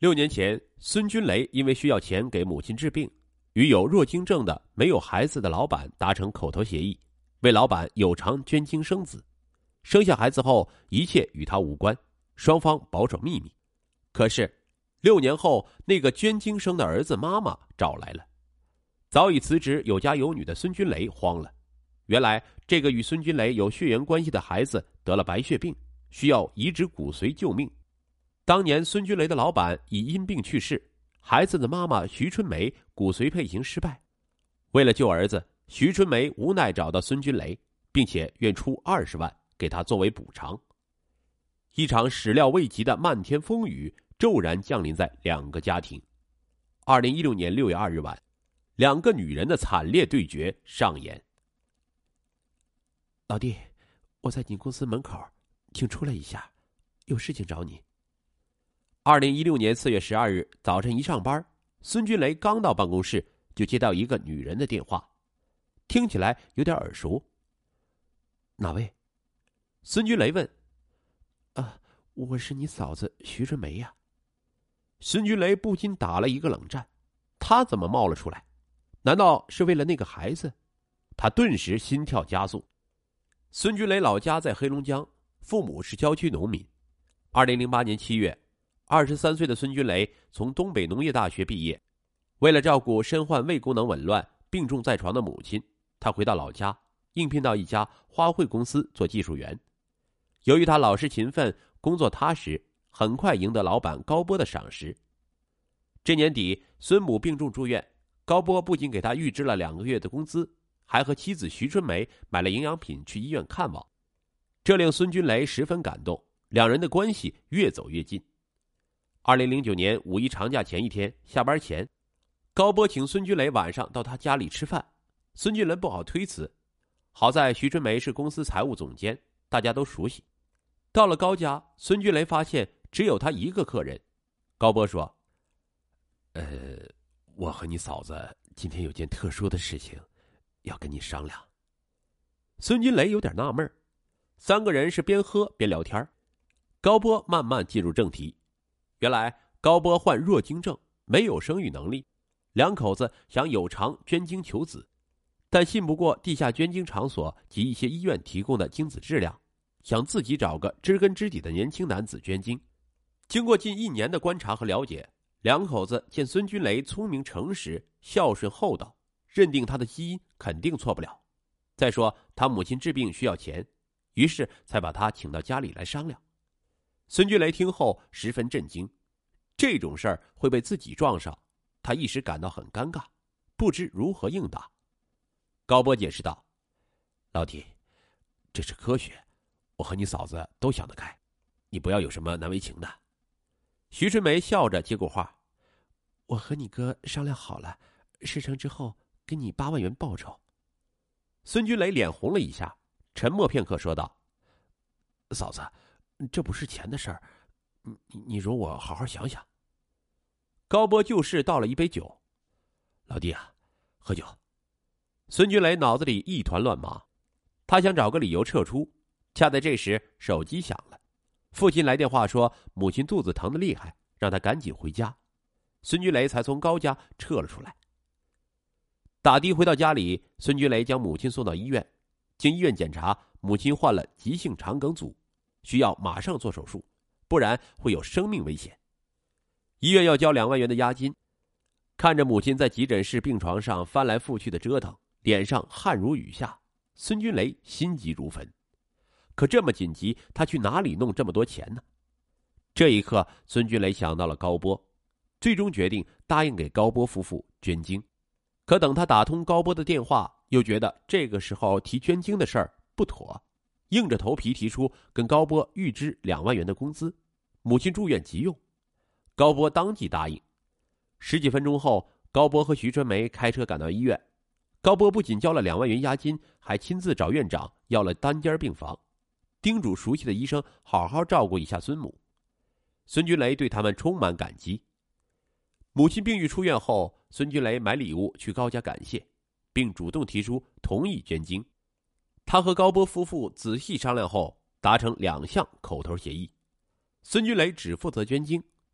6年前，孙军雷因为需要钱给母亲治病，与有弱精症的没有孩子的老板达成口头协议，为老板有偿捐精生子。生下孩子后，一切与他无关，双方保守秘密。可是6年后，那个捐精生的儿子妈妈找来了。早已辞职有家有女的孙军雷慌了，原来这个与孙军雷有血缘关系的孩子得了白血病，需要移植骨髓救命。当年孙军雷的老板已因病去世，孩子的妈妈徐春梅骨髓配型失败。为了救儿子，徐春梅无奈找到孙军雷，并且愿出20万给他作为补偿。一场始料未及的漫天风雨骤然降临在两个家庭。2016年6月2日晚，两个女人的惨烈对决上演。 老弟，我在你公司门口，请出来一下，有事情找你。 2016年4月12日早晨一上班，孙军雷刚到办公室，就接到一个女人的电话，听起来有点耳熟。 哪位？ 孙军雷问。 我是你嫂子徐春梅呀。 孙军雷不禁打了一个冷战，他怎么冒了出来？难道是为了那个孩子？他顿时心跳加速。孙军雷老家在黑龙江，父母是郊区农民。2008年7月，23岁的孙军雷从东北农业大学毕业，为了照顾身患胃功能紊乱、病重在床的母亲，他回到老家，应聘到一家花卉公司做技术员。由于他老实勤奋，工作踏实，很快赢得老板高波的赏识。这年底，孙母病重住院，高波不仅给他预支了2个月的工资，还和妻子徐春梅买了营养品去医院看望，这令孙军雷十分感动，两人的关系越走越近。2009年5一长假前一天下班前，高波请孙军雷晚上到他家里吃饭，孙军雷不好推辞，好在徐春梅是公司财务总监，大家都熟悉。到了高家，孙军雷发现只有他一个客人。高波说： 我和你嫂子今天有件特殊的事情要跟你商量。 孙军雷有点纳闷，三个人是边喝边聊天。高波慢慢进入正题。原来高波患弱精症，没有生育能力，两口子想有偿捐精求子，但信不过地下捐精场所及一些医院提供的精子质量，想自己找个知根知底的年轻男子捐精。经过近1年的观察和了解，两口子见孙军雷聪明诚实、孝顺厚道，认定他的基因肯定错不了。再说他母亲治病需要钱，于是才把他请到家里来商量。孙军雷听后十分震惊，这种事儿会被自己撞上，他一时感到很尴尬，不知如何应答。高波解释道： 老弟，这是科学，我和你嫂子都想得开，你不要有什么难为情的。 徐春梅笑着接过话： 我和你哥商量好了，事成之后给你8万元报酬。 孙军雷脸红了一下，沉默片刻说道： 嫂子，这不是钱的事儿，你容我好好想想。 高波就事倒了一杯酒： 老弟啊，喝酒。 孙军雷脑子里一团乱麻，他想找个理由撤出，恰在这时手机响了，父亲来电话说母亲肚子疼得厉害，让他赶紧回家。孙军雷才从高家撤了出来。打的回到家里，孙军雷将母亲送到医院，经医院检查，母亲患了急性肠梗阻，需要马上做手术，不然会有生命危险。医院要交2万元的押金。看着母亲在急诊室病床上翻来覆去的折腾，脸上汗如雨下，孙军雷心急如焚。可这么紧急，他去哪里弄这么多钱呢？这一刻，孙军雷想到了高波，最终决定答应给高波夫妇捐精。可等他打通高波的电话，又觉得这个时候提捐精的事儿不妥，硬着头皮提出跟高波预支2万元的工资，母亲住院急用。高波当即答应。10几分钟后，高波和徐春梅开车赶到医院。高波不仅交了2万元押金，还亲自找院长要了单间病房，叮嘱熟悉的医生好好照顾一下孙母。孙军雷对他们充满感激。母亲病愈出院后，孙军雷买礼物去高家感谢，并主动提出同意捐精。他和高波夫妇仔细商量后，达成2项口头协议：孙军雷只负责捐精，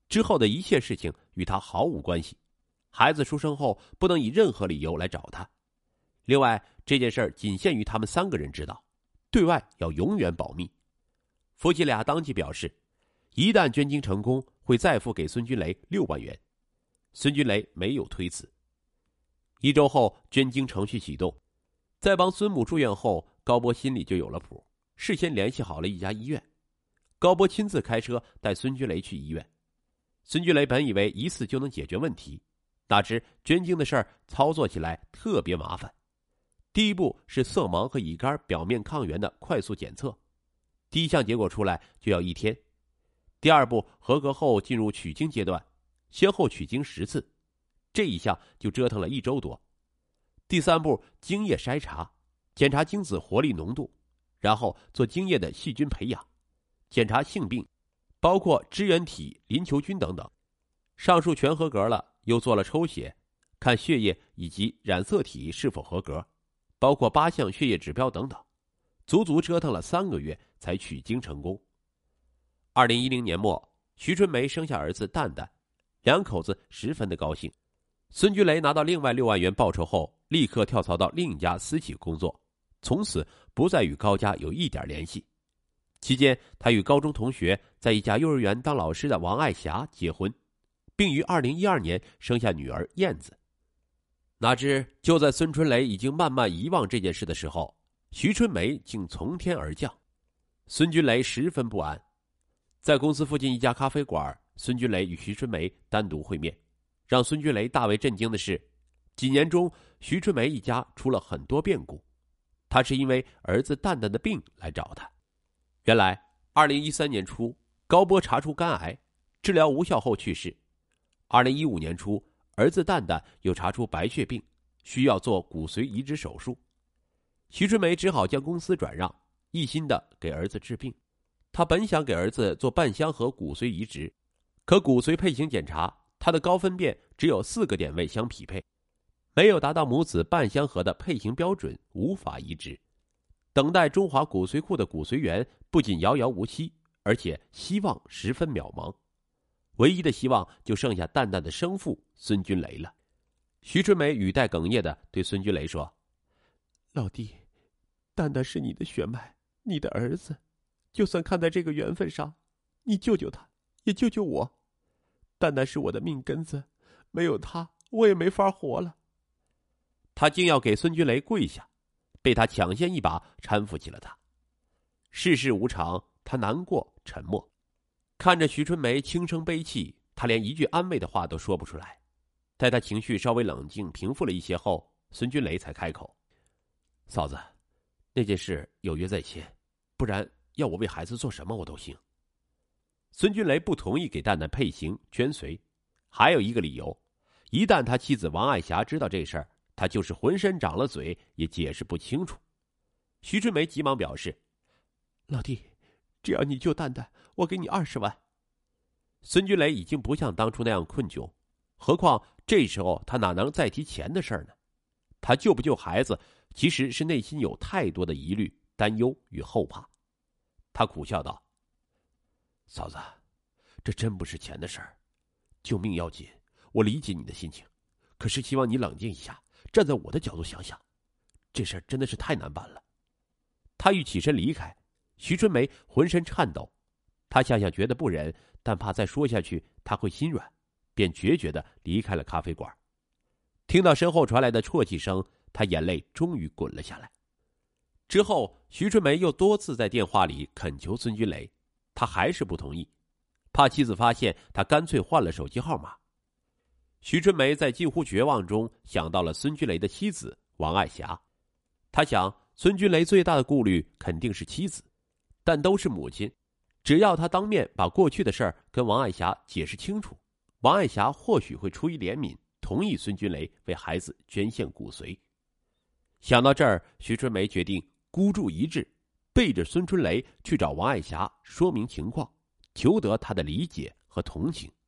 之后的一切事情与他毫无关系。孩子出生后不能以任何理由来找他。另外，这件事仅限于他们3个人知道，对外要永远保密。夫妻俩当即表示，一旦捐精成功，会再付给孙军雷6万元。孙军雷没有推辞。1周后，捐精程序启动。在帮孙母住院后，高波心里就有了谱，事先联系好了一家医院。高波亲自开车带孙军雷去医院。孙军雷本以为一次就能解决问题，哪知捐精的事儿操作起来特别麻烦。第一步是色盲和乙肝表面抗原的快速检测，第1项结果出来就要1天。第2步合格后进入取精阶段，先后取精10次，这一项就折腾了1周多。第3步精液筛查，检查精子活力浓度，然后做精液的细菌培养，检查性病，包括支原体、淋球菌等等。上述全合格了，又做了抽血，看血液以及染色体是否合格，包括8项血液指标等等，足足折腾了3个月才取精成功。2010年末，徐春梅生下儿子蛋蛋，2口子十分的高兴。孙军雷拿到另外6万元报酬后，立刻跳槽到另一家私企工作，从此不再与高家有一点联系。期间，他与高中同学在一家幼儿园当老师的王爱霞结婚，并于2012年生下女儿燕子。哪知就在孙春雷已经慢慢遗忘这件事的时候，徐春梅竟从天而降。孙军雷十分不安。在公司附近一家咖啡馆，孙军雷与徐春梅单独会面。让孙军雷大为震惊的是，几年中徐春梅一家出了很多变故。他是因为儿子蛋蛋的病来找他。原来2013年初，高波查出肝癌，治疗无效后去世。2015年初，儿子蛋蛋又查出白血病，需要做骨髓移植手术。徐春梅只好将公司转让，一心的给儿子治病。他本想给儿子做半相合骨髓移植，可骨髓配型检查，他的高分辨只有4个点位相匹配，没有达到母子半相合的配型标准，无法移植。等待中华骨髓库的骨髓源不仅遥遥无期，而且希望十分渺茫。唯一的希望就剩下蛋蛋的生父孙军雷了。徐春梅语带哽咽的对孙军雷说：“老弟，蛋蛋是你的血脉，你的儿子，就算看在这个缘分上，你救救他，也救救我。蛋蛋是我的命根子，没有他，我也没法活了。”他竟要给孙军雷跪下，被他抢先一把搀扶起了他。世事无常，他难过沉默，看着徐春梅轻声悲泣，他连一句安慰的话都说不出来。待他情绪稍微冷静平复了一些后，孙军雷才开口：“嫂子，那件事有约在先，不然要我为孩子做什么我都行。”孙军雷不同意给蛋蛋配型捐髓，还有一个理由，一旦他妻子王爱霞知道这事儿，他就是浑身长了嘴也解释不清楚。徐春梅急忙表示：“老弟，只要你救蛋蛋，我给你20万。”孙军雷已经不像当初那样困窘，何况这时候他哪能再提钱的事儿呢？他救不救孩子，其实是内心有太多的疑虑、担忧与后怕。他苦笑道：“嫂子，这真不是钱的事儿，救命要紧，我理解你的心情，可是希望你冷静一下，站在我的角度想想，这事儿真的是太难办了。”他欲起身离开，徐春梅浑身颤抖，他想想觉得不忍，但怕再说下去他会心软，便决绝地离开了咖啡馆。听到身后传来的啜泣声，他眼泪终于滚了下来。之后，徐春梅又多次在电话里恳求孙军雷，他还是不同意，怕妻子发现，他干脆换了手机号码。徐春梅在近乎绝望中想到了孙军雷的妻子王爱霞，他想孙军雷最大的顾虑肯定是妻子，但都是母亲，只要他当面把过去的事儿跟王爱霞解释清楚，王爱霞或许会出于怜悯，同意孙军雷为孩子捐献骨髓。想到这儿，徐春梅决定孤注一掷，背着孙春雷去找王爱霞说明情况，求得她的理解和同情。